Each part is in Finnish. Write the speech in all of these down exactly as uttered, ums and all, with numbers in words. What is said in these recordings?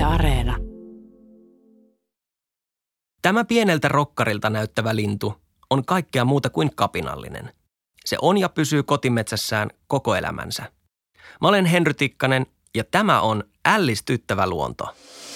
Areena. Tämä pieneltä rokkarilta näyttävä lintu on kaikkea muuta kuin kapinallinen. Se on ja pysyy kotimetsässään koko elämänsä. Mä olen Henry Tikkanen ja tämä on ällistyttävä luonto.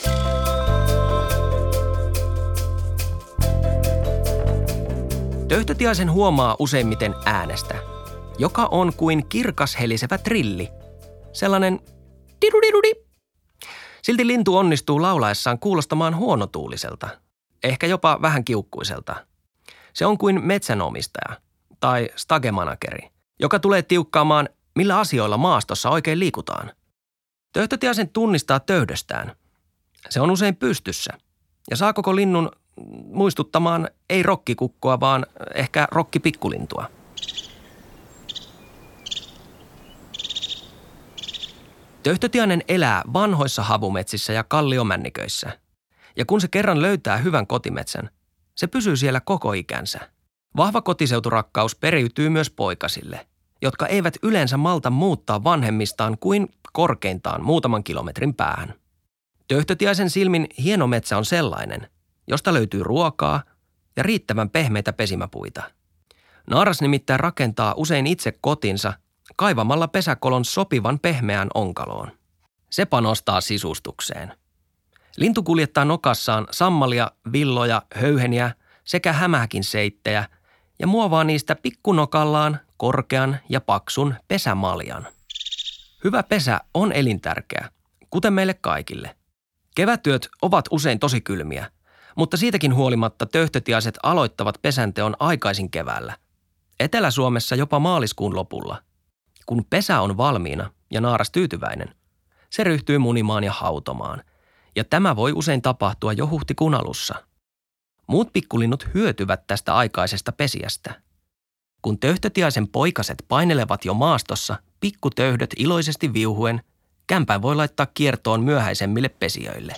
Töyhtötiaisen huomaa useimmiten äänestä, joka on kuin kirkas helisevä trilli. Sellainen dirudirudi. Silti lintu onnistuu laulaessaan kuulostamaan huonotuuliselta, ehkä jopa vähän kiukkuiselta. Se on kuin metsänomistaja tai stagemanageri, joka tulee tiukkaamaan, millä asioilla maastossa oikein liikutaan. Töyhtötiaisen tunnistaa töydöstään. Se on usein pystyssä ja saa koko linnun muistuttamaan ei rokkikukkoa, vaan ehkä rokkipikkulintua. Töyhtötiainen elää vanhoissa havumetsissä ja kalliomänniköissä. Ja kun se kerran löytää hyvän kotimetsän, se pysyy siellä koko ikänsä. Vahva kotiseuturakkaus periytyy myös poikasille, jotka eivät yleensä malta muuttaa vanhemmistaan kuin korkeintaan muutaman kilometrin päähän. Töyhtötiaisen silmin hieno metsä on sellainen, josta löytyy ruokaa ja riittävän pehmeitä pesimäpuita. Naaras nimittäin rakentaa usein itse kotinsa kaivamalla pesäkolon sopivan pehmeään onkaloon. Se panostaa sisustukseen. Lintu kuljettaa nokassaan sammalia, villoja, höyheniä sekä hämähäkinseittejä ja muovaa niistä pikkunokallaan korkean ja paksun pesämaljan. Hyvä pesä on elintärkeä, kuten meille kaikille. Kevätyöt ovat usein tosi kylmiä, mutta siitäkin huolimatta töyhtötiaiset aloittavat pesänteon aikaisin keväällä. Etelä-Suomessa jopa maaliskuun lopulla. Kun pesä on valmiina ja naaras tyytyväinen, se ryhtyy munimaan ja hautomaan. Ja tämä voi usein tapahtua jo huhtikuun alussa. Muut pikkulinnut hyötyvät tästä aikaisesta pesiästä. Kun töyhtötiaisen poikaset painelevat jo maastossa, pikkutöyhdöt iloisesti viuhuen, kämpän voi laittaa kiertoon myöhäisemmille pesijöille.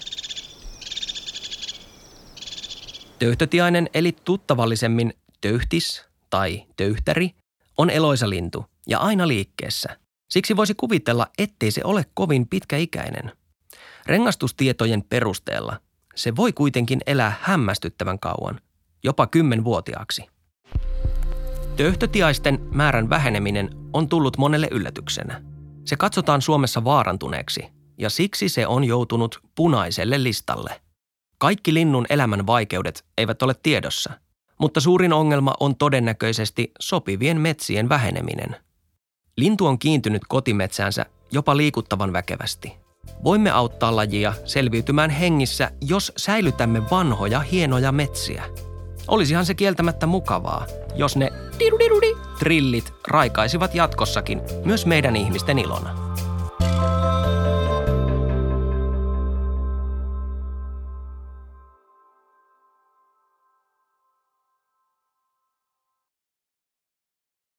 Töyhtötiainen eli tuttavallisemmin töyhtis tai töyhtäri on eloisa lintu ja aina liikkeessä. Siksi voisi kuvitella, ettei se ole kovin pitkäikäinen. Rengastustietojen perusteella se voi kuitenkin elää hämmästyttävän kauan, jopa kymmenvuotiaaksi. Töyhtötiaisten määrän väheneminen on tullut monelle yllätyksenä. Se katsotaan Suomessa vaarantuneeksi ja siksi se on joutunut punaiselle listalle. Kaikki linnun elämän vaikeudet eivät ole tiedossa, mutta suurin ongelma on todennäköisesti sopivien metsien väheneminen. Lintu on kiintynyt kotimetsäänsä jopa liikuttavan väkevästi. Voimme auttaa lajia selviytymään hengissä, jos säilytämme vanhoja, hienoja metsiä. Olisihan se kieltämättä mukavaa, jos ne dirudirudi trillit raikaisivat jatkossakin myös meidän ihmisten ilona.